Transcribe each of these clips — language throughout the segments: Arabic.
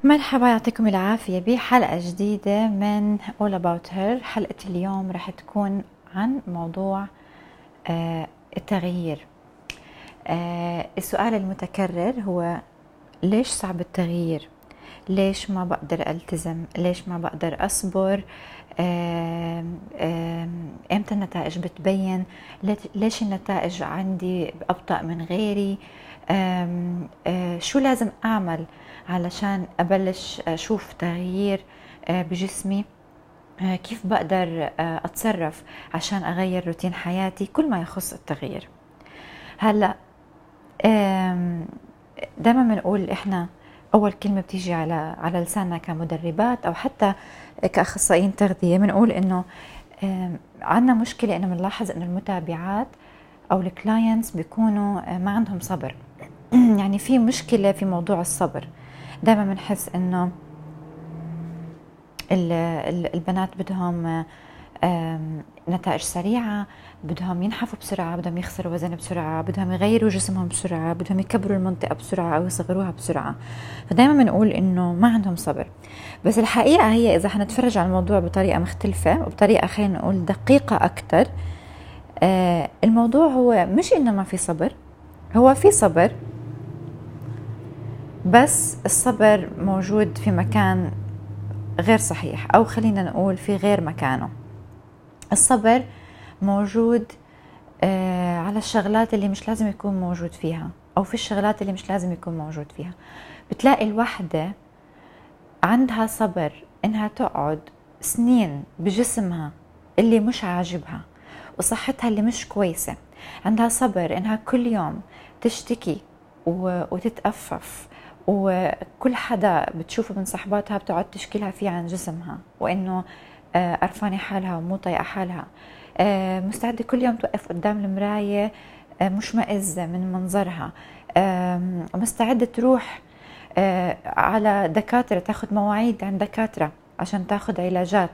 مرحبا، يعطيكم العافية بحلقة جديدة من All About Her. حلقة اليوم رح تكون عن موضوع التغيير. السؤال المتكرر هو: ليش صعب التغيير؟ ليش ما بقدر ألتزم؟ ليش ما بقدر أصبر؟ إمتى النتائج بتبين؟ ليش النتائج عندي أبطأ من غيري؟ شو لازم أعمل علشان أبلش أشوف تغيير بجسمي؟ كيف بقدر أتصرف عشان أغير روتين حياتي؟ كل ما يخص التغيير. هلأ دايما بنقول إحنا أول كلمة بتيجي على لساننا كمدربات أو حتى كأخصائيين تغذية، بنقول إنه عندنا مشكلة إنه بنلاحظ إنه المتابعات أو الكلاينتس بيكونوا ما عندهم صبر. يعني في مشكلة في موضوع الصبر. دائما بنحس إنه البنات بدهم نتائج سريعة، بدهم ينحفوا بسرعة، بدهم يخسروا وزن بسرعة، بدهم يغيروا جسمهم بسرعة، بدهم يكبروا المنطقة بسرعة أو يصغروها بسرعة. فدايما بنقول إنه ما عندهم صبر. بس الحقيقة هي إذا حنتفرج على الموضوع بطريقة مختلفة وبطريقة خلينا نقول دقيقة أكتر، الموضوع هو مش إنه ما في صبر، هو في صبر، بس الصبر موجود في مكان غير صحيح، أو خلينا نقول في غير مكانه. الصبر موجود على الشغلات اللي مش لازم يكون موجود فيها، أو في الشغلات اللي مش لازم يكون موجود فيها. بتلاقي الوحدة عندها صبر إنها تقعد سنين بجسمها اللي مش عاجبها وصحتها اللي مش كويسة، عندها صبر إنها كل يوم تشتكي وتتأفف، وكل حدا بتشوفه من صحباتها بتقعد تشكي لها فيه عن جسمها وإنه قرفانة حالها ومو طايقة حالها، مستعدة كل يوم توقف قدام المراية مشمئزة من منظرها، مستعدة تروح على دكاترة، تاخد مواعيد عند دكاترة عشان تاخد علاجات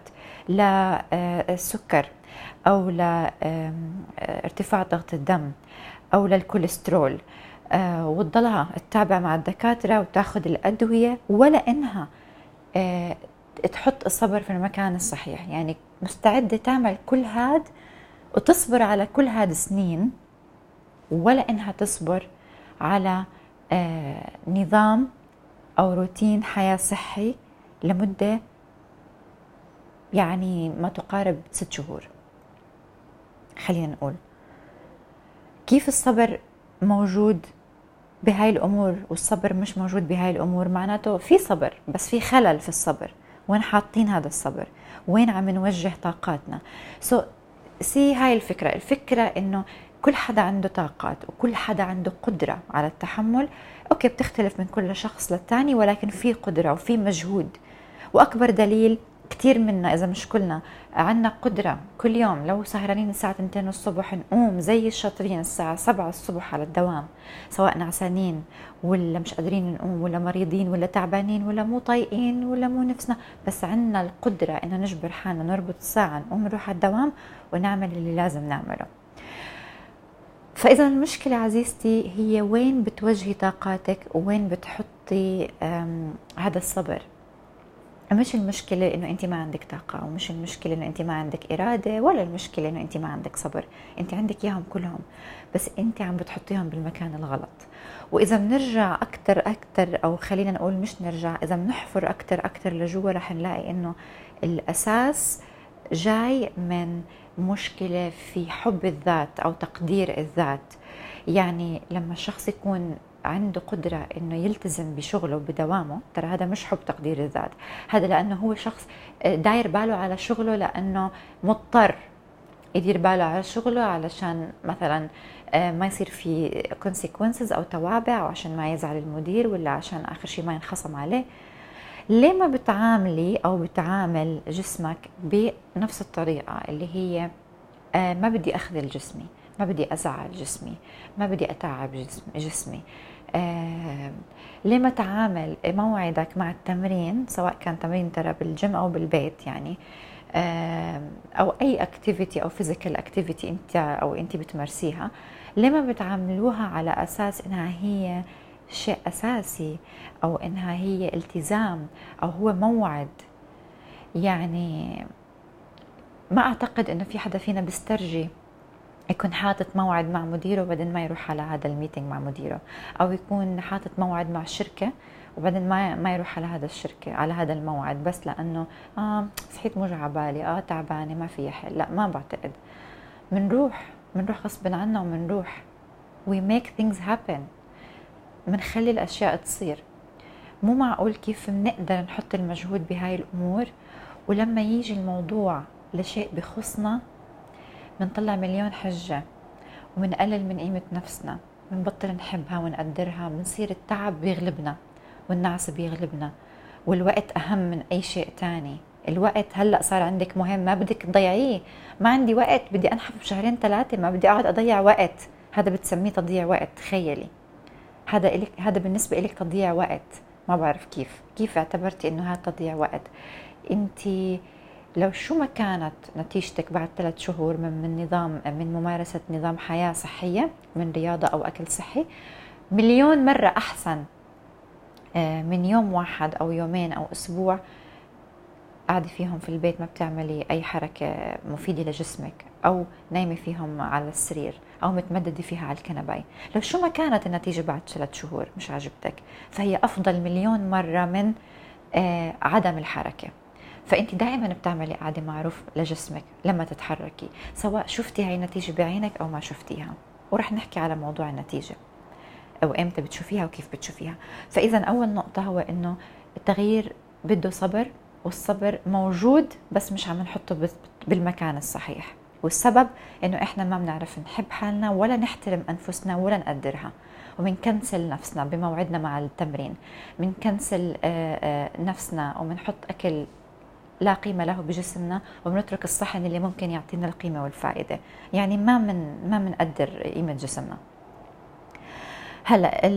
للسكر أو لارتفاع ضغط الدم أو للكوليسترول، وتضلها تتابع مع الدكاترة وتاخد الأدوية، ولا إنها تحط الصبر في المكان الصحيح. يعني مستعدة تعمل كل هاد وتصبر على كل هاد سنين، ولا إنها تصبر على نظام أو روتين حياة صحي لمدة يعني ما تقارب 6 شهور. خلينا نقول كيف الصبر موجود بهاي الأمور والصبر مش موجود بهاي الأمور؟ معناته في صبر بس في خلل في الصبر. وين حاطين هذا الصبر؟ وين عم نوجه طاقاتنا؟ هاي الفكرة إنه كل حدا عنده طاقات وكل حدا عنده قدرة على التحمل. أوكي، بتختلف من كل شخص للتاني، ولكن في قدرة وفي مجهود. وأكبر دليل كتير منا إذا مش كلنا عنا قدرة كل يوم لو سهرانين الساعة 2 الصبح نقوم زي الشاطرين الساعة 7 الصبح على الدوام، سواء نعسانين ولا مش قادرين نقوم ولا مريضين ولا تعبانين ولا مو طايقين ولا مو نفسنا، بس عنا القدرة إنه نجبر حالنا نربط الساعة نقوم نروح على الدوام ونعمل اللي لازم نعمله. فإذا المشكلة عزيزتي هي وين بتوجهي طاقاتك ووين بتحطي هذا الصبر. مش المشكلة إنه أنت ما عندك طاقة، ومش المشكلة إنه أنت ما عندك إرادة، ولا المشكلة إنه أنت ما عندك صبر. أنت عندك إياهم كلهم، بس أنت عم بتحطيهم بالمكان الغلط. وإذا بنرجع أكتر أو خلينا نقول مش نرجع، إذا بنحفر أكتر لجوا رح نلاقي إنه الأساس جاي من مشكلة في حب الذات أو تقدير الذات. يعني لما الشخص يكون عنده قدرة إنه يلتزم بشغله بدوامه، ترى هذا مش حب تقدير الذات، هذا لأنه هو شخص داير باله على شغله، لأنه مضطر يدير باله على شغله علشان مثلا ما يصير في consequences أو توابع، أو عشان ما يزعل المدير، ولا عشان آخر شيء ما ينخصم عليه. ليه ما بتعاملي أو بتعامل جسمك بنفس الطريقة اللي هي ما بدي أخذل جسمي، ما بدي أزعل جسمي، ما بدي أتعب جسمي؟ ليه ما تعامل موعدك مع التمرين، سواء كان تمرين ترى بالجيم أو بالبيت يعني، أو أي اكتيفيتي أو فيزيكال اكتيفيتي أنت بتمارسيها، ليه ما بتعاملوها على أساس إنها هي شيء أساسي أو إنها هي التزام أو هو موعد. يعني ما أعتقد إنه في حدا فينا بيسترجي يكون حاطط موعد مع مديره وبعدين ما يروح على هذا الميتنج مع مديره، أو يكون حاطط موعد مع الشركة وبعدين ما يروح على هذا الشركة على هذا الموعد بس لأنه صحيت موجع على بالي تعبانة ما في حل. لا، ما بعتقد. منروح غصبا عنا ومنروح. we make things happen. منخلي الأشياء تصير. مو معقول كيف بنقدر نحط المجهود بهاي الأمور ولما يجي الموضوع لشيء بخصنا منطلع مليون حجة ومنقلل من قيمة نفسنا، منبطل نحبها ونقدرها، منصير التعب بيغلبنا والنعس بيغلبنا والوقت أهم من أي شيء تاني. الوقت هلأ صار عندك مهم، ما بدك تضيعيه. ما عندي وقت، بدي أنحف بشهرين 3، ما بدي أقعد أضيع وقت. هذا بتسميه تضييع وقت. تخيلي، هذا بالنسبة إلك تضييع وقت. ما بعرف كيف اعتبرتي إنه هذا تضييع وقت. أنتي لو شو ما كانت نتيجتك بعد 3 شهور من ممارسة نظام حياة صحية، من رياضة أو أكل صحي، مليون مرة أحسن من يوم واحد أو يومين أو أسبوع قاعدة فيهم في البيت ما بتعملي أي حركة مفيدة لجسمك، أو نايمة فيهم على السرير، أو متمددة فيها على الكنباي. لو شو ما كانت النتيجة بعد 3 شهور مش عجبتك، فهي أفضل مليون مرة من عدم الحركة. فأنت دائما بتعملي قاعدة معروف لجسمك لما تتحركي، سواء شفتي هاي النتيجة بعينك أو ما شفتيها. ورح نحكي على موضوع النتيجة أو إمتى بتشوفيها وكيف بتشوفيها. فإذا أول نقطة هو إنه التغيير بده صبر، والصبر موجود بس مش عم نحطه بالمكان الصحيح. والسبب إنه إحنا ما بنعرف نحب حالنا ولا نحترم أنفسنا ولا نقدرها، ومنكنسل نفسنا بموعدنا مع التمرين، منكنسل نفسنا ومنحط أكل لا قيمة له بجسمنا، وبنترك الصحن اللي ممكن يعطينا القيمة والفائدة. يعني ما منقدر قيمة جسمنا. هلا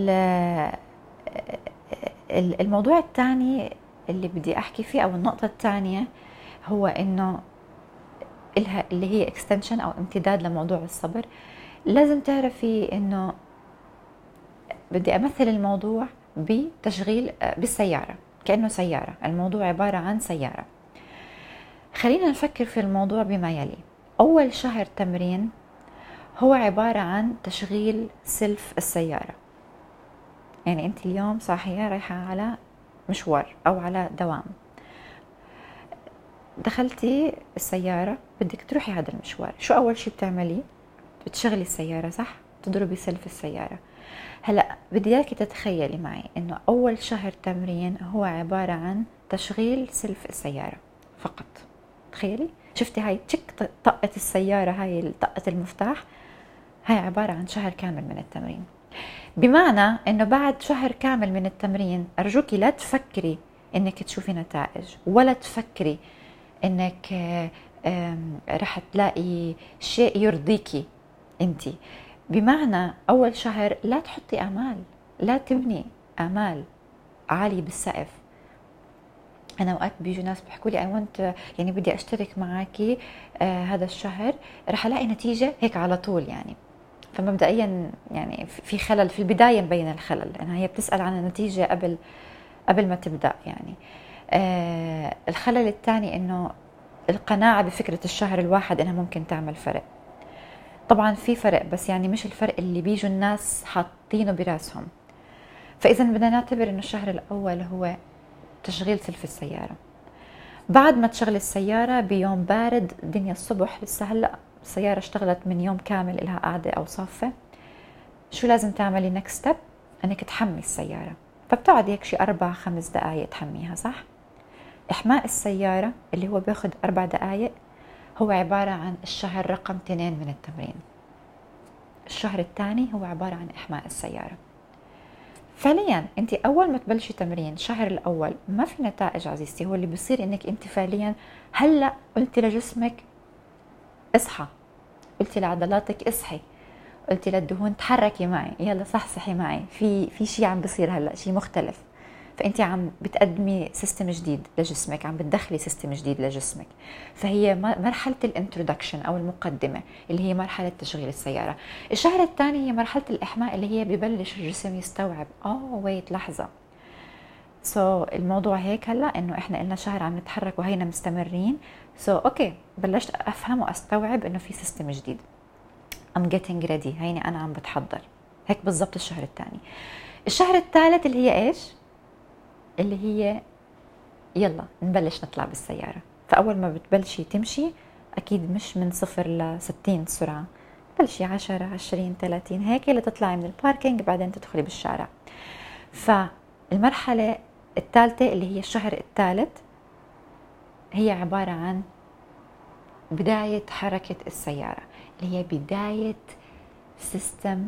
الموضوع الثاني اللي بدي احكي فيه، او النقطة الثانية، هو انه اللي هي اكستنشن او امتداد لموضوع الصبر. لازم تعرفي انه بدي امثل الموضوع بتشغيل بالسيارة، كأنه سيارة. الموضوع عبارة عن سيارة. خلينا نفكر في الموضوع بما يلي. أول شهر تمرين هو عبارة عن تشغيل سلف السيارة. يعني أنت اليوم صاحية رايحة على مشوار أو على دوام، دخلتي السيارة بدك تروحي هذا المشوار. شو أول شي بتعملي؟ بتشغلي السيارة، صح؟ تضربي سلف السيارة. هلأ بدي إياكي تتخيلي معي إنه أول شهر تمرين هو عبارة عن تشغيل سلف السيارة فقط. تخيلي، شفتي هاي تشك طقة السيارة، هاي طقة المفتاح، هاي عبارة عن شهر كامل من التمرين. بمعنى انه بعد شهر كامل من التمرين ارجوكي لا تفكري انك تشوفي نتائج، ولا تفكري انك رح تلاقي شيء يرضيكي انتي. بمعنى اول شهر لا تحطي امال، لا تبني امال عالية بالسقف. انا اوقات بيجوا ناس بيحكوا لي يعني بدي اشترك معاكي هذا الشهر رح الاقي نتيجة هيك على طول. يعني فمبدئيا يعني في خلل في البداية، مبين الخلل لأنها هي بتسأل عن النتيجة قبل ما تبدأ. يعني الخلل الثاني إنه القناعة بفكرة الشهر الواحد إنها ممكن تعمل فرق. طبعا في فرق، بس يعني مش الفرق اللي بيجوا الناس حاطينه براسهم. فإذا بدنا نعتبر إنه الشهر الأول هو تشغيل سلف السيارة. بعد ما تشغل السيارة بيوم بارد، الدنيا الصبح لسه هلأ السيارة اشتغلت من يوم كامل إلها قاعدة أو صافة، شو لازم تعملي نكست ستيب؟ أنك تحمي السيارة. فبتقعد هيك شي 4-5 دقايق تحميها، صح؟ إحماء السيارة اللي هو بياخد 4 دقايق هو عبارة عن الشهر رقم 2 من التمرين. الشهر الثاني هو عبارة عن إحماء السيارة. فعليا انت اول ما تبلشي تمرين الشهر الاول ما في نتائج عزيزتي، هو اللي بيصير انك انت فعليا هلا قلتي لجسمك اصحى، قلتي لعضلاتك اصحي، قلتي للدهون تحركي معي، يلا صحصحي معي، في شيء عم بيصير هلا، شيء مختلف. فانت عم بتقدمي سيستم جديد لجسمك، عم بتدخلي سيستم جديد لجسمك. فهي مرحله الانترودكشن او المقدمه اللي هي مرحله تشغيل السياره. الشهر الثاني هي مرحله الاحماء اللي هي ببلش الجسم يستوعب ويت لحظه، الموضوع هيك هلا انه احنا قلنا شهر عم نتحرك وهينا مستمرين. اوكي، بلشت افهم واستوعب انه في سيستم جديد. I'm getting ready، هيني انا عم بتحضر. هيك بالضبط الشهر الثاني. الشهر الثالث اللي هي ايش؟ اللي هي يلا نبلش نطلع بالسيارة. فأول ما بتبلشي تمشي أكيد مش من 0 ل 60 سرعة، بلشي 10 20 30 هيك لتطلعي من الباركينج بعدين تدخلي بالشارع. فالمرحلة الثالثة اللي هي الشهر الثالث هي عبارة عن بداية حركة السيارة، اللي هي بداية سيستم،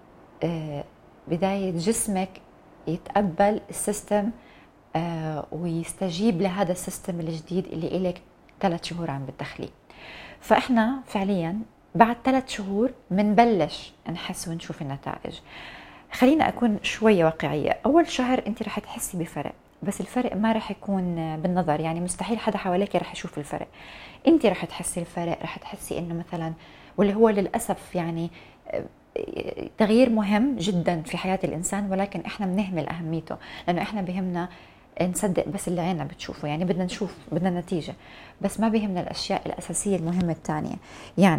بداية جسمك يتقبل السيستم ويستجيب لهذا السيستم الجديد اللي إلك 3 شهور عم بتدخليه. فإحنا فعليا بعد 3 شهور منبلش نحس ونشوف النتائج. خلينا أكون شوية واقعية. أول شهر أنت رح تحسي بفرق، بس الفرق ما رح يكون بالنظر، يعني مستحيل حدا حواليك رح يشوف الفرق. أنت رح تحسي الفرق، رح تحسي إنه مثلا، واللي هو للأسف يعني تغيير مهم جدا في حياة الإنسان، ولكن إحنا بنهمل أهميته لأنه إحنا بهمنا نصدق بس اللي عيننا بتشوفه، يعني بدنا نشوف، بدنا نتيجة، بس ما بهمنا الأشياء الأساسية المهمة الثانية. يعني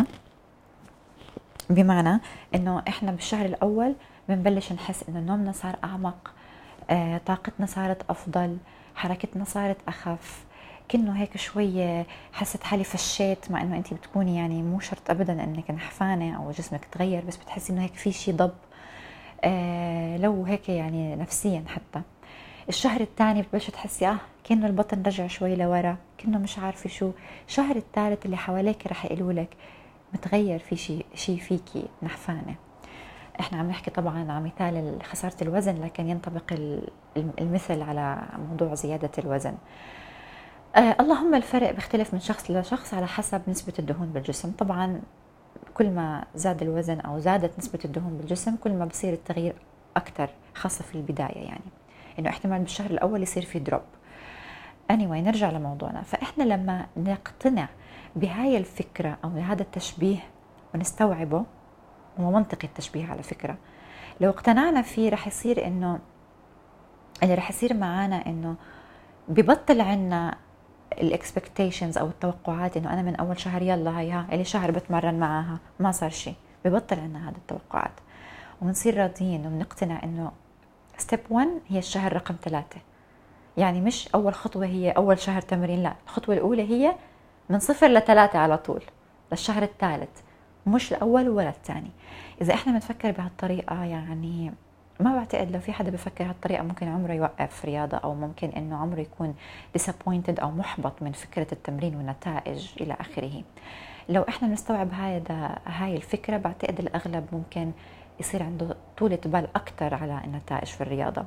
بمعنى إنه إحنا بالشهر الأول بنبلش نحس إنه نومنا صار أعمق، طاقتنا صارت أفضل، حركتنا صارت أخف، كأنه هيك شوية حست حالي فشيت، مع إنه أنت بتكوني يعني مو شرط أبدا إنك نحفانة أو جسمك تغير، بس بتحسي إنه هيك في شيء ضب، لو هيك يعني نفسيا حتى. الشهر الثاني بتبلش تحسي كأنه البطن رجع شوي لورا، كأنه مش عارفة شو. الشهر الثالث اللي حواليك رح يقولوا لك متغير في شيء فيكي، نحفانة. احنا عم نحكي طبعا عن مثال خسارة الوزن، لكن ينطبق المثل على موضوع زيادة الوزن. اللهم الفرق بيختلف من شخص لشخص على حسب نسبة الدهون بالجسم. طبعا كل ما زاد الوزن أو زادت نسبة الدهون بالجسم كل ما بصير التغيير أكتر، خاصة في البداية، يعني إنه احتمال بالشهر الأول يصير في دروب. anyway نرجع لموضوعنا. فإحنا لما نقتنع بهاي الفكرة أو هذا التشبيه ونستوعبه، ومنطقي التشبيه على فكرة، لو اقتنعنا فيه رح يصير إنه اللي رح يصير معانا إنه ببطل عنا الاكسبكتيشنز او التوقعات، انه انا من اول شهر يلا هي اللي شهر بتمرن معاها ما صار شيء. ببطل عنا هذه التوقعات ونصير راضيين وبنقتنع انه ستيب 1 هي الشهر رقم 3. يعني مش اول خطوة هي اول شهر تمرين، لا، الخطوة الاولى هي من 0 ل 3 على طول للشهر الثالث، مش الاول ولا الثاني. اذا احنا بنفكر بهالطريقة، يعني ما بعتقد لو في حدا بفكر هالطريقة ممكن عمره يوقف رياضة، أو ممكن إنه عمره يكون disappointed أو محبط من فكرة التمرين والنتائج إلى آخره. لو إحنا نستوعب هاي الفكرة، بعتقد الأغلب ممكن يصير عنده طولة بال أكتر على النتائج في الرياضة.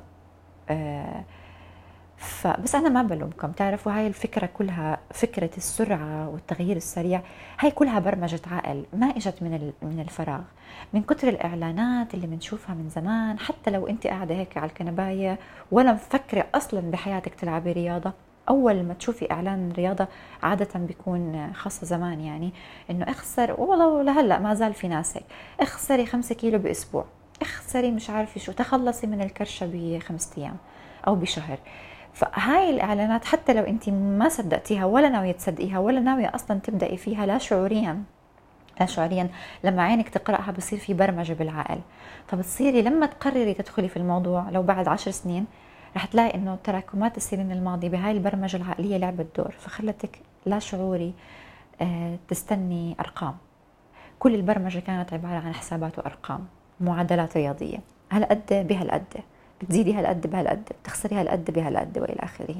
فبس أنا ما بلومكم، تعرفوا هاي الفكرة كلها، فكرة السرعة والتغيير السريع، هاي كلها برمجة عقل، ما إجت من الفراغ، من كتر الإعلانات اللي بنشوفها من زمان. حتى لو أنت قاعدة هيك على الكنباية ولا مفكرة أصلا بحياتك تلعبي رياضة، أول ما تشوفي إعلان رياضة عادة بيكون، خاصة زمان يعني، إنه اخسر، والله لهلا ما زال في ناس هيك، اخسري 5 كيلو بأسبوع، اخسري مش عارفة شو، تخلصي من الكرشة ب5 أيام أو بشهر. فهاي الإعلانات حتى لو أنت ما صدقتيها ولا ناوية تصدقيها ولا ناوية أصلا تبدأي فيها، لا شعوريا لما عينك تقرأها بصير في برمجة بالعقل. فبتصيري لما تقرري تدخلي في الموضوع لو بعد 10 سنين رح تلاقي إنه تراكمات السنين الماضية بهاي البرمجة العقلية لعبت دور، فخلتك لا شعوري تستني أرقام. كل البرمجة كانت عبارة عن حسابات وأرقام، معادلات رياضية، هالقد بهالقد، بتزيدي هالقد بهالقد، بتخسري هالقد بهالقد، والى اخره.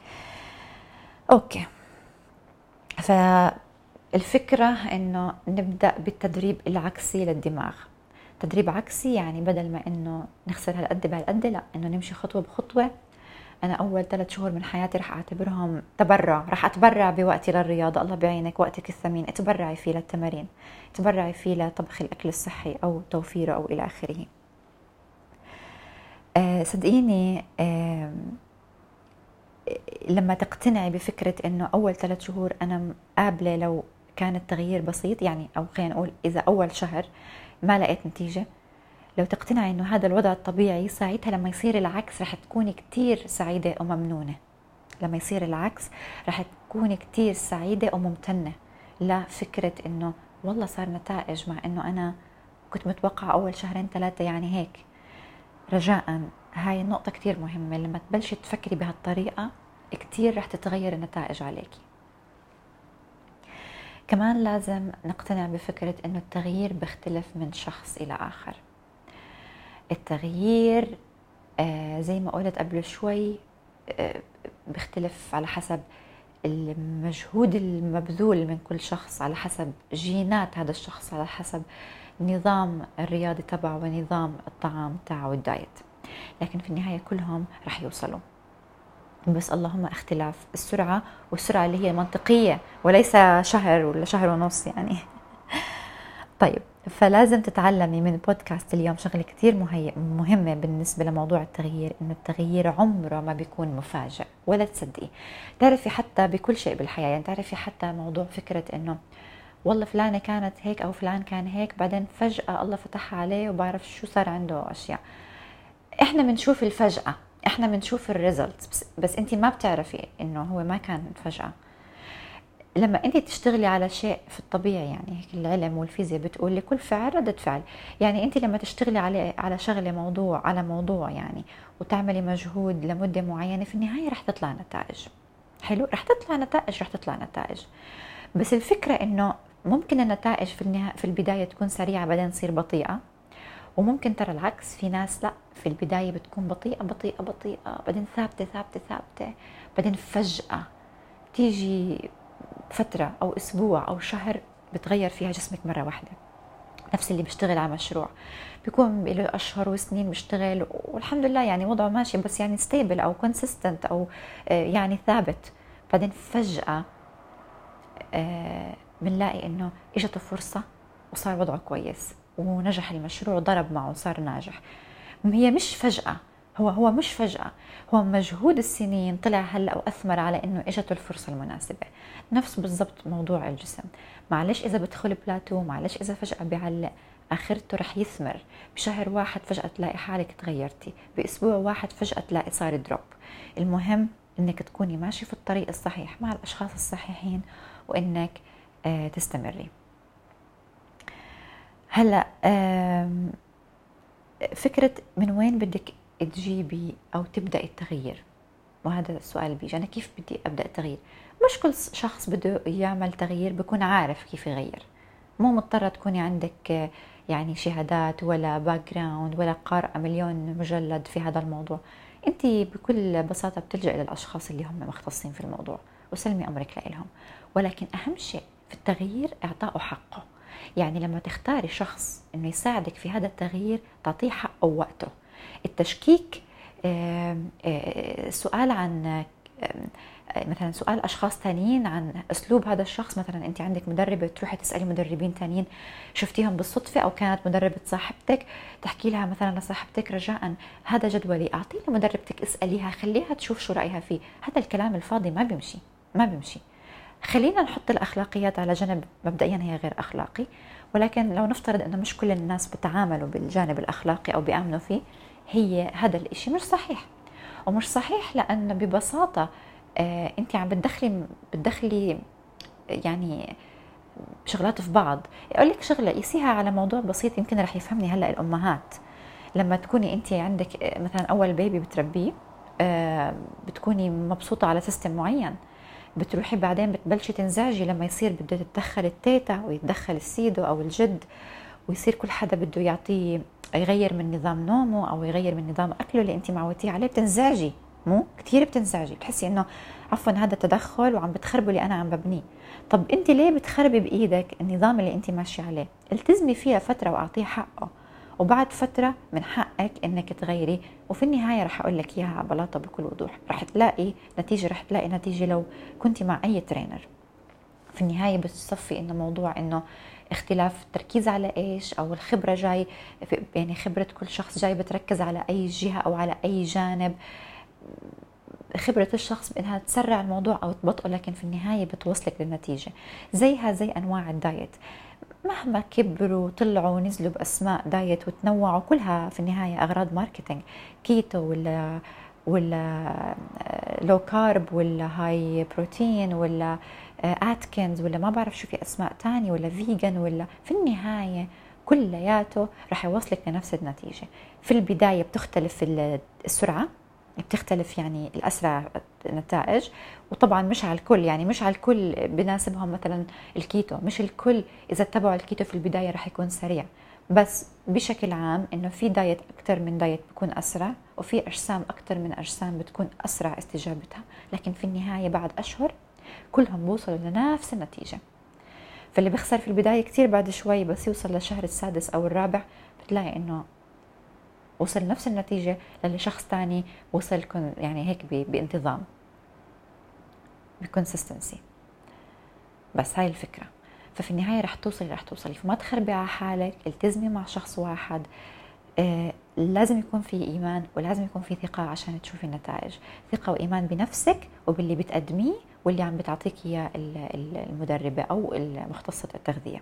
اوكي، فالفكره انه نبدا بالتدريب العكسي للدماغ. تدريب عكسي يعني بدل ما انه نخسر هالقد بهالقد، لا، انه نمشي خطوه بخطوه. انا اول 3 شهور من حياتي رح اعتبرهم تبرع، رح اتبرع بوقتي للرياضه، الله بعينك وقتك الثمين اتبرعي فيه للتمارين، اتبرعي فيه لطبخ الاكل الصحي او توفيره او الى اخره. صدقيني لما تقتنعي بفكرة انه اول 3 شهور انا قابلة لو كان التغيير بسيط، يعني او خلينا نقول اذا اول شهر ما لقيت نتيجة، لو تقتنعي انه هذا الوضع الطبيعي، ساعتها لما يصير العكس رح تكوني كتير سعيدة وممنونة. لما يصير العكس رح تكوني كتير سعيدة وممتنة لفكرة انه والله صار نتائج، مع انه انا كنت متوقعة اول 2-3 يعني هيك. رجاء هاي النقطة كتير مهمة، لما تبلشي تفكري بهالطريقة كتير رح تتغير النتائج عليكي. كمان لازم نقتنع بفكرة انه التغيير بيختلف من شخص الى اخر. التغيير زي ما قلت قبل شوي بيختلف على حسب المجهود المبذول من كل شخص، على حسب جينات هذا الشخص، على حسب نظام الرياضي تبعه ونظام الطعام تاعه والدايت. لكن في النهاية كلهم رح يوصلوا، بس اللهم اختلاف السرعة، والسرعة اللي هي منطقية وليس شهر ولا شهر ونص يعني. طيب، فلازم تتعلمي من بودكاست اليوم شغلة كتير مهمة بالنسبة لموضوع التغيير، إنه التغيير عمره ما بيكون مفاجئ ولا تصدقي. تعرفي حتى بكل شيء بالحياة، يعني تعرفي حتى موضوع فكرة إنه والله فلانة كانت هيك أو فلان كان هيك، بعدين فجأة الله فتحها عليه وبعرف شو صار عنده أشياء. إحنا بنشوف الفجأة، إحنا بنشوف الريزلت، بس أنت ما بتعرفي إنه هو ما كان فجأة. لما انت تشتغلي على شيء في الطبيعي، يعني هيك العلم والفيزياء بتقول لكل فعل ردة فعل، يعني انت لما تشتغلي على شغله موضوع يعني وتعملي مجهود لمده معينه، في النهايه رح تطلع نتائج. حلو، رح تطلع نتائج. بس الفكره انه ممكن النتائج في البدايه تكون سريعه بعدين تصير بطيئه، وممكن ترى العكس، في ناس لا، في البدايه بتكون بطيئه بطيئه بطيئه، بعدين ثابته ثابته ثابته، بعدين فجاه تيجي فترة أو أسبوع أو شهر بتغير فيها جسمك مرة واحدة. نفس اللي بيشتغل على مشروع بيكون له أشهر وسنين بيشتغل والحمد لله يعني وضعه ماشي، بس يعني ستيبل أو كونسيستنت أو يعني ثابت، بعدين فجأة بنلاقي إنه إجته فرصة وصار وضعه كويس ونجح المشروع، ضرب معه وصار ناجح. هي مش فجأة، هو مش فجأة، هو مجهود السنين طلع هلأ وأثمر على إنه إجته الفرصة المناسبة. نفس بالضبط موضوع الجسم، معلش إذا بدخل بلاتو، معلش إذا فجأة بيعلق، آخرته رح يثمر. بشهر واحد فجأة تلاقي حالك تغيرتي، بأسبوع واحد فجأة تلاقي صار دروب. المهم إنك تكوني ماشي في الطريق الصحيح مع الأشخاص الصحيحين، وإنك تستمري. هلأ فكرة من وين بدك تجيبي أو تبدأ التغيير، وهذا السؤال بيجي، أنا كيف بدي أبدأ التغيير؟ مش كل شخص بده يعمل تغيير بيكون عارف كيف يغير. مو مضطرة تكوني عندك يعني شهادات ولا باك جراوند ولا قارئة مليون مجلد في هذا الموضوع. أنت بكل بساطة بتلجأ للأشخاص اللي هم مختصين في الموضوع وسلمي أمرك لهم. ولكن أهم شيء في التغيير إعطائه حقه، يعني لما تختاري شخص إنه يساعدك في هذا التغيير تعطيه حقه ووقته. التشكيك سؤال عن مثلا سؤال اشخاص تانيين عن اسلوب هذا الشخص، مثلا انت عندك مدربه تروحي تسالي مدربين تانيين شفتيهم بالصدفه او كانت مدربه صاحبتك، تحكي لها مثلا لصاحبتك رجاء هذا جدولي، اعطيه لمدربتك اساليها خليها تشوف شو رايها فيه. هذا الكلام الفاضي ما بيمشي. خلينا نحط الاخلاقيات على جنب، مبدئيا هي غير اخلاقي، ولكن لو نفترض انه مش كل الناس بتعاملوا بالجانب الاخلاقي او بيامنوا فيه، هي هذا الاشي مش صحيح. ومش صحيح لأن ببساطة أنت عم بتدخلي يعني شغلات في بعض. أقول لك شغلة قيسيها على موضوع بسيط يمكن رح يفهمني هلأ الأمهات. لما تكوني أنت عندك مثلا أول بيبي بتربيه، بتكوني مبسوطة على سيستم معين، بتروحي بعدين بتبلشي تنزعجي لما يصير بده تتدخل التيتا ويتدخل السيدو أو الجد، ويصير كل حدا بده يعطيه يغير من نظام نومه او يغير من نظام اكله اللي انت معودتيه عليه. بتنزعجي، مو كثير بتنزعجي، بتحسي انه عفوا هذا تدخل وعم بتخربوا اللي انا عم ببنيه. طب انت ليه بتخربي بايدك النظام اللي انت ماشيه عليه؟ التزمي فيها فتره واعطيه حقه، وبعد فتره من حقك انك تغيري. وفي النهايه رح اقول لك اياها على بلاطه بكل وضوح، رح تلاقي نتيجه لو كنتي مع اي ترينر. في النهايه بتصفي انه موضوع انه اختلاف التركيز على ايش، او الخبره جاي يعني خبره كل شخص جاي بتركز على اي جهه او على اي جانب. خبرة الشخص بأنها تسرع الموضوع أو تبطئه، لكن في النهاية بتوصلك للنتيجة. زيها زي أنواع الدايت، مهما كبروا طلعوا ونزلوا بأسماء دايت وتنوعوا، كلها في النهاية أغراض ماركتينج. كيتو ولا لو كارب ولا هاي بروتين ولا اتكنز ولا ما بعرف شو في أسماء تانية ولا فيجن، ولا في النهاية كلياته رح يوصلك لنفس النتيجة. في البداية بتختلف السرعة، بتختلف يعني الأسرع نتائج، وطبعا مش على الكل، يعني مش على الكل بناسبهم مثلا الكيتو، مش الكل إذا اتبعوا الكيتو في البداية رح يكون سريع. بس بشكل عام إنه في دايت أكتر من دايت بيكون أسرع، وفي أجسام أكتر من أجسام بتكون أسرع استجابتها، لكن في النهاية بعد أشهر كلهم بوصلوا لنفس النتيجة. فاللي بيخسر في البداية كتير بعد شوي بس يوصل للشهر السادس أو الرابع بتلاقي إنه وصل نفس النتيجة للي شخص تاني وصل يعني هيك بانتظام، بكونسستنسي. بس هاي الفكرة. ففي النهاية رح توصلي، فما تخربي على حالك، التزمي مع شخص واحد. لازم يكون في إيمان ولازم يكون في ثقة عشان تشوفي النتائج، ثقة وإيمان بنفسك وباللي بتقدميه واللي عم بتعطيك إياه المدربة أو مختصة التغذية.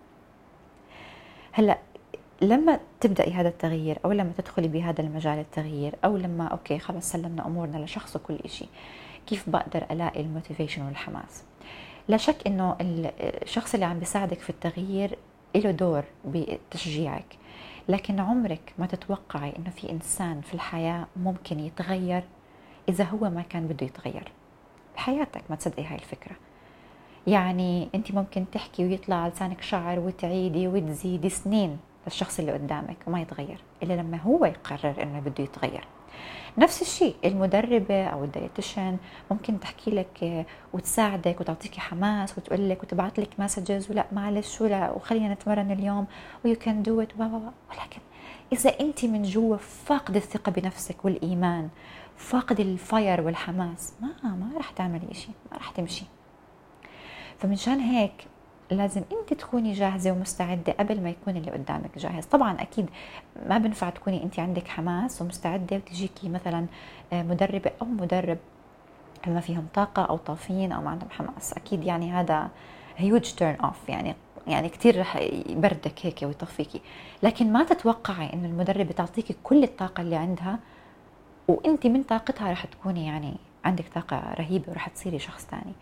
هلأ لما تبدأي هذا التغيير أو لما تدخلي بهذا المجال التغيير، أو لما أوكي خلص سلمنا أمورنا لشخص وكل إشي، كيف بقدر ألاقي الموتيفيشن والحماس؟ لا شك إنه الشخص اللي عم بيساعدك في التغيير له دور بتشجيعك، لكن عمرك ما تتوقعي إنه في إنسان في الحياة ممكن يتغير إذا هو ما كان بده يتغير بحياتك. ما تصدقي هاي الفكرة. يعني أنت ممكن تحكي ويطلع على لسانك شعر وتعيدي وتزيدي سنين للشخص اللي قدامك وما يتغير إلا لما هو يقرر إنه بده يتغير. نفس الشيء المدربة أو الدايتيشن ممكن تحكي لك وتساعدك وتعطيكي حماس وتقول لك وتبعت لك مسجز ولا معلش ولا وخلينا نتمرن اليوم ويو كان دو ات، ولكن إذا أنت من جوا فاقد الثقة بنفسك والإيمان، فاقد الفاير والحماس، ما رح تعملي شيء، ما رح تمشي. فمنشان هيك لازم انت تكوني جاهزة ومستعدة قبل ما يكون اللي قدامك جاهز. طبعا اكيد ما بنفع تكوني انت عندك حماس ومستعدة وتجيكي مثلا مدربة او مدرب ما فيهم طاقة او طافين او ما عندهم حماس، اكيد يعني هذا هيوج تيرن اوف، يعني كتير رح يبردك هيك ويطفيكي. لكن ما تتوقعي انه المدربة تعطيكي كل الطاقة اللي عندها وانت من طاقتها رح تكوني يعني عندك طاقة رهيبة ورح تصيري شخص تاني.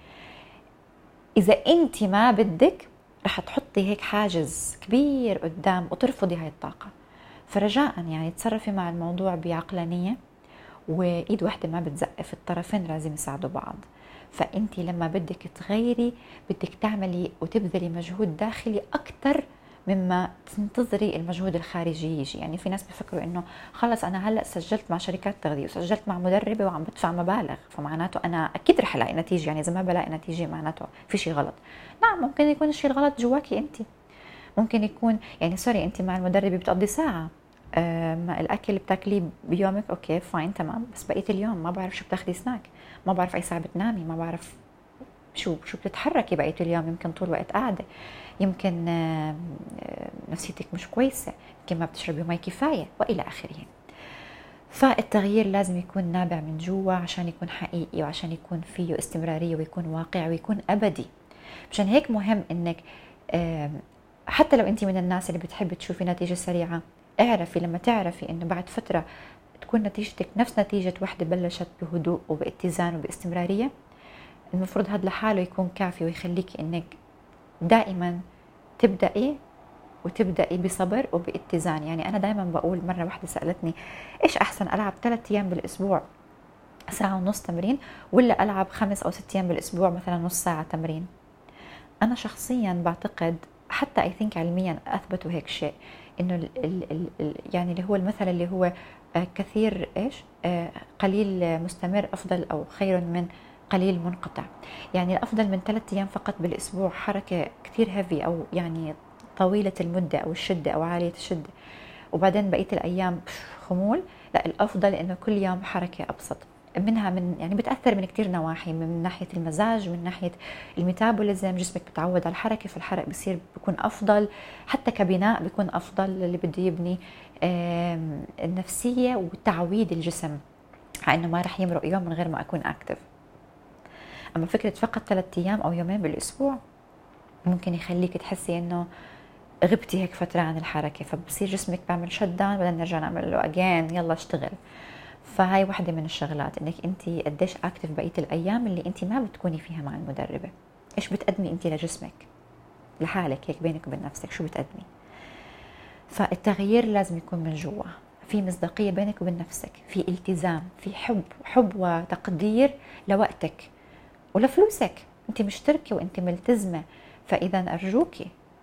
إذا أنت ما بدك رح تحطي هيك حاجز كبير قدام وترفضي هاي الطاقة. فرجاء يعني تصرفي مع الموضوع بعقلانية، وإيد واحدة ما بتزقف، الطرفين لازم يساعدوا بعض. فأنت لما بدك تغيري بدك تعملي وتبذلي مجهود داخلي أكتر مما تنتظري المجهود الخارجي يجي. يعني في ناس بيفكروا انه خلص انا هلا سجلت مع شركات تغذيه وسجلت مع مدربه وعم بدفع مبالغ فمعناته انا اكيد رح الاقي نتيجه، يعني اذا ما بلاقي نتيجه معناته في شيء غلط. نعم ممكن يكون الشيء الغلط جواكي انت، ممكن يكون يعني سوري انت مع المدربه بتقضي ساعه الاكل اللي بتاكليه بيومك اوكي فاين تمام، بس بقيه اليوم ما بعرف شو بتاخذي سناك، ما بعرف اي ساعه بتنامي، ما بعرف شو بتتحركي بقيه اليوم، يمكن طول الوقت قاعده، يمكن نفسيتك مش كويسه، يمكن ما بتشربي مي كفايه والى اخره. فالتغيير لازم يكون نابع من جوا عشان يكون حقيقي وعشان يكون فيه استمراريه ويكون واقعي ويكون ابدي. مشان هيك مهم انك حتى لو انت من الناس اللي بتحب تشوفي نتيجه سريعه، اعرفي لما تعرفي انه بعد فتره تكون نتيجتك نفس نتيجه وحده بلشت بهدوء وباتزان وباستمراريه، المفروض هذا لحاله يكون كافي ويخليك انك دائما تبدأي بصبر وباتزان. يعني انا دائما بقول، مره واحده سالتني ايش احسن العب 3 ايام بالاسبوع ساعه ونص تمرين ولا العب 5 أو 6 ايام بالاسبوع مثلا نص ساعه تمرين؟ انا شخصيا بعتقد حتى اي ثينك علميا اثبتوا هيك شيء، انه يعني اللي هو المثل اللي هو كثير قليل مستمر افضل او خير من قليل منقطع. يعني الافضل من 3 ايام فقط بالاسبوع حركه كثير هيفي او يعني طويله المده او الشده او عاليه الشده، وبعدين بقيه الايام خمول. لا، الافضل انه كل يوم حركه ابسط. منها من يعني بتأثر من كتير نواحي، من ناحية المزاج، من ناحية الميتابوليزم، جسمك بتعود على الحركة فالحرق بصير بيكون أفضل، حتى كبناء بيكون أفضل اللي بده يبني النفسية وتعويد الجسم على إنه ما رح يمرق يوم من غير ما أكون أكتف. أما فكرة فقط 3 أيام أو يومين بالأسبوع ممكن يخليك تحسي إنه غبتي هيك فترة عن الحركة، فبصير جسمك بعمل شت داون، بدنا نرجع نعمل له أجين، يلا اشتغل. فهاي واحدة من الشغلات، إنك أنت قديش أكتف بقية الأيام اللي أنت ما بتكوني فيها مع المدربة. إيش بتقدمي أنت لجسمك لحالك هيك بينك وبين نفسك، شو بتقدمي؟ فالتغيير لازم يكون من جوا، في مصداقية بينك وبين نفسك، في التزام، في حب وتقدير لوقتك ولفلوسك. أنت مشتركة وأنت ملتزمة، فإذا أرجوكي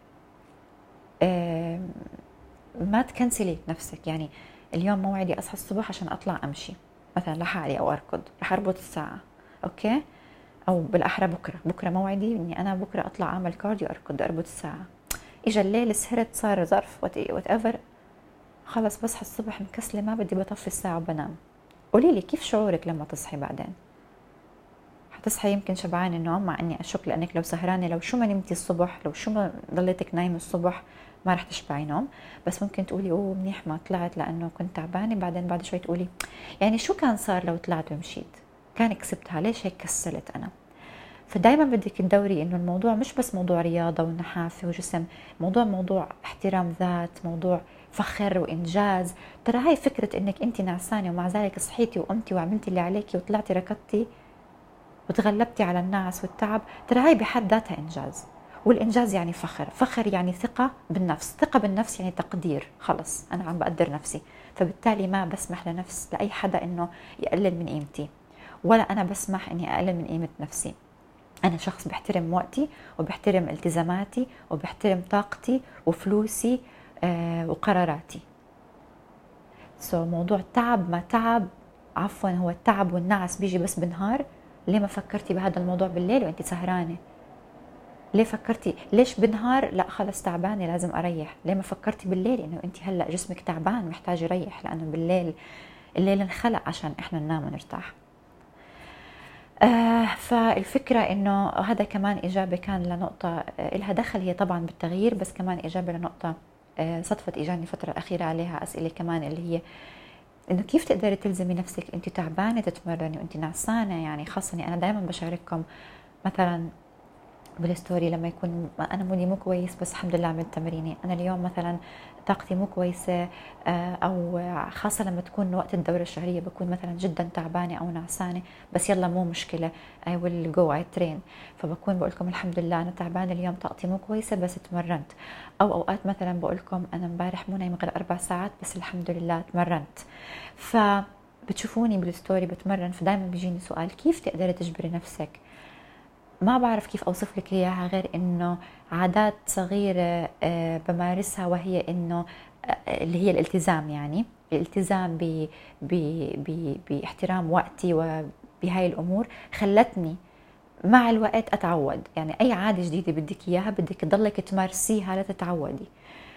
ما تكنسلي نفسك. يعني اليوم موعدي أصحى الصبح عشان أطلع أمشي مثلا لحالي أو أركض، رح أربط الساعة، أوكي؟ أو بالأحرى بكرة موعدي إني أنا بكرة أطلع أعمل كارديو، أربط الساعة. إجا الليل سهرت، صار ظرف وات ايفر، خلص بصحى الصبح مكسلة ما بدي، بطفي الساعة وبنام. قولي لي كيف شعورك لما تصحي بعدين؟ حتصحي يمكن شبعانة النوم، مع إني أشك لأنك لو سهرانة، لو شو ما نمتي الصبح، لو شو ما ضليتك نايمة الصبح ما رح تشبعي نوم. بس ممكن تقولي اوه منيح ما طلعت لانه كنت تعبانه، بعدين بعد شوي تقولي يعني شو كان صار لو طلعت ومشيت، كان كسبتها، ليش هيك كسلت انا؟ فدايما بدك تدوري انه الموضوع مش بس موضوع رياضه ونحافه وجسم، موضوع احترام ذات، موضوع فخر وانجاز. ترى هاي فكره انك انت نعسانه ومع ذلك صحيتي وقمتي وعملتي اللي عليكي وطلعتي ركضتي وتغلبتي على النعس والتعب، ترى هاي بحد ذاتها انجاز. والإنجاز يعني فخر يعني ثقة بالنفس يعني تقدير، خلص أنا عم بقدر نفسي، فبالتالي ما بسمح لأي حدا إنه يقلل من قيمتي، ولا أنا بسمح إني أقلل من قيمة نفسي. أنا شخص بحترم وقتي وبحترم التزاماتي وبحترم طاقتي وفلوسي وقراراتي. موضوع تعب ما تعب، عفوا، هو التعب والنعس بيجي بس بالنهار. ليه ما فكرتي بهذا الموضوع بالليل وانت سهرانة؟ ليه فكرتي ليش بالنهار لا خلص تعبانه لازم اريح؟ ليه ما فكرتي بالليل انه انت هلا جسمك تعبان محتاج يريح، لانه الليل انخلق عشان احنا ننام ونرتاح. فالفكره انه هذا كمان اجابه كان لنقطه لها دخل هي طبعا بالتغيير، بس كمان اجابه لنقطه صدفت اجاني الفتره الاخيره عليها اسئله كمان، اللي هي انه كيف تقدري تلزمي نفسك انت تعبانه تتمرني وانت نعسانه. يعني خاصه انا دائما بشارككم مثلا بالستوري لما يكون انا مودي مو كويس بس الحمد لله عملت تمريني، انا اليوم مثلا طاقتي مو كويسه، او خاصه لما تكون وقت الدوره الشهريه بكون مثلا جدا تعبانه او نعسانه، بس يلا مو مشكله I will go I train، فبكون بقول لكم الحمد لله انا تعبانه اليوم طاقتي مو كويسه بس تمرنت. او اوقات مثلا بقول لكم انا امبارح مو نايمه غير 4 ساعات بس الحمد لله تمرنت. فبتشوفوني بالستوري بتمرن، فدائما بيجيني سؤال كيف تقدري تجبري نفسك؟ ما بعرف كيف أوصف لك إياها غير إنه عادات صغيرة بمارسها، وهي إنه اللي هي الالتزام، يعني الالتزام باحترام وقتي وبهاي الأمور خلتني مع الوقت أتعود. يعني أي عادة جديدة بدك إياها بدك تضلك تمارسيها لتتعودي.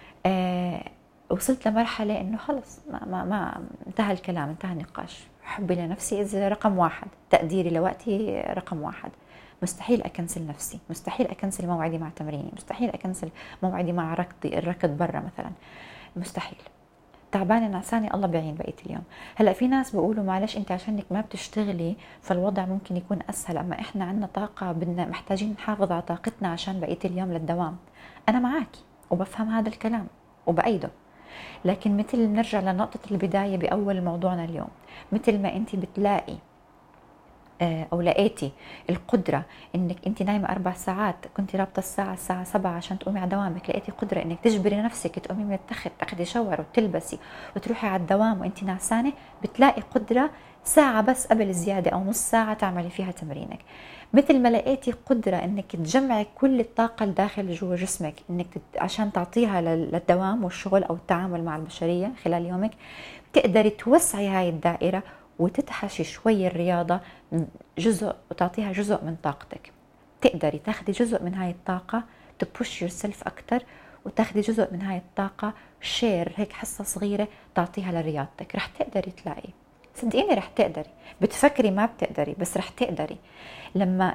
وصلت لمرحلة إنه خلص ما انتهى الكلام، انتهى النقاش. حبي لنفسي إذا رقم 1، تقديري لوقتي رقم 1. مستحيل أكنسل نفسي، مستحيل أكنسل موعدي مع تمريني، مستحيل أكنسل موعدي مع الركض برا مثلا، مستحيل. تعبانة نعسانة الله بيعين بقية اليوم. هلا في ناس بيقولوا معلش انت عشانك ما بتشتغلي فالوضع ممكن يكون اسهل، اما احنا عندنا طاقة بدنا محتاجين نحافظ على طاقتنا عشان بقية اليوم للدوام. انا معاكي وبفهم هذا الكلام وبأيده، لكن مثل نرجع لنقطة البداية بأول موضوعنا اليوم، مثل ما انت بتلاقي او لقيتي القدره انك انت نايمه 4 ساعات، كنت رابطه الساعه 7 عشان تقومي على دوامك، لقيتي قدره انك تجبري نفسك تقومي من التخت تاخذي شاور وتلبسي وتروحي على الدوام وانت نعسانه، بتلاقي قدره ساعه بس قبل الزياده او نص ساعه تعملي فيها تمرينك. مثل ما لقيتي قدره انك تجمعي كل الطاقه الداخل جوا جسمك انك عشان تعطيها للدوام والشغل او التعامل مع البشريه خلال يومك، تقدري توسعي هاي الدائره وتتحشي شوي الرياضة جزء وتعطيها جزء من طاقتك. تقدري تاخدي جزء من هاي الطاقة تبوش يورسلف أكتر، وتاخدي جزء من هاي الطاقة شير، هيك حصة صغيرة تعطيها لرياضتك. رح تقدري تلاقي صدقيني رح تقدري. بتفكري ما بتقدري، بس رح تقدري لما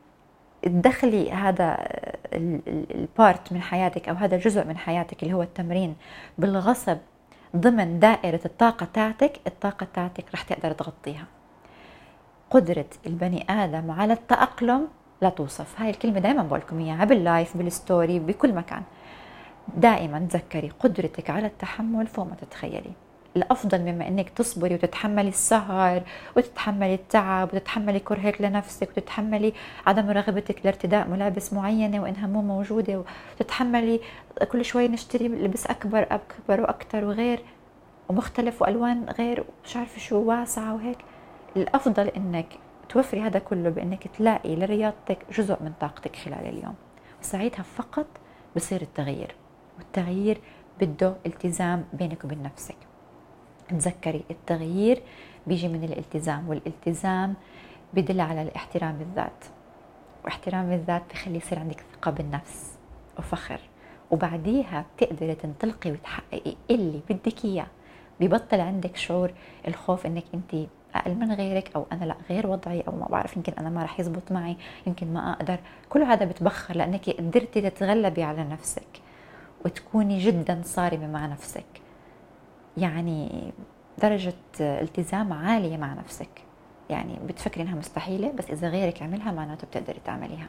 تدخلي هذا البارت من حياتك، أو هذا الجزء من حياتك اللي هو التمرين بالغصب ضمن دائرة الطاقة تاعتك. الطاقة تاعتك رح تقدر تغطيها. قدرة البني آدم على التأقلم لا توصف. هاي الكلمة دائما بقول لكم إياها باللايف، بالستوري، بكل مكان. دائما تذكري قدرتك على التحمل فوق ما تتخيلي. الأفضل مما أنك تصبري وتتحملي السهر وتتحملي التعب وتتحملي كرهك لنفسك وتتحملي عدم رغبتك لارتداء ملابس معينة وإنها مو موجودة، وتتحملي كل شوي نشتري لبس أكبر أكبر وأكتر وغير ومختلف وألوان غير ومش عارفة شو واسعة وهيك. الأفضل أنك توفري هذا كله بأنك تلاقي لرياضتك جزء من طاقتك خلال اليوم، وساعتها فقط بصير التغيير. والتغيير بده التزام بينك وبين نفسك. تذكري التغيير بيجي من الالتزام، والالتزام بدل على الاحترام بالذات، واحترام الذات بخلي يصير عندك ثقة بالنفس وفخر، وبعديها بتقدري تنطلقي وتحققي اللي بدك اياه. ببطل عندك شعور الخوف انك انت اقل من غيرك، او انا لا غير وضعي، او ما بعرف يمكن انا ما رح يزبط معي، يمكن ما اقدر. كل هذا بتبخر لانك قدرتي تتغلبي على نفسك وتكوني جدا صارمة مع نفسك، يعني درجة التزام عالية مع نفسك. يعني بتفكري انها مستحيلة، بس اذا غيرك عملها معناته بتقدري تعمليها.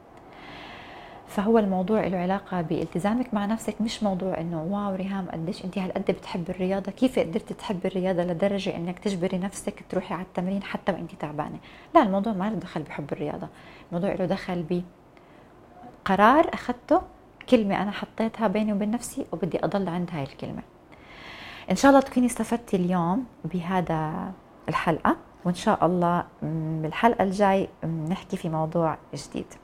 فهو الموضوع له علاقة بالتزامك مع نفسك، مش موضوع انه واو ريهام قديش انت هالقد بتحب الرياضة، كيف قدرتي تحبي الرياضة لدرجة انك تجبري نفسك تروحي على التمرين حتى وانت تعبانة. لا، الموضوع ما له دخل بحب الرياضة، الموضوع له دخل بقرار اخذته، كلمة انا حطيتها بيني وبين نفسي وبدي اضل عند هاي الكلمة. ان شاء الله تكوني استفدتي اليوم بهذا الحلقة، وان شاء الله بالحلقة الجاي نحكي في موضوع جديد.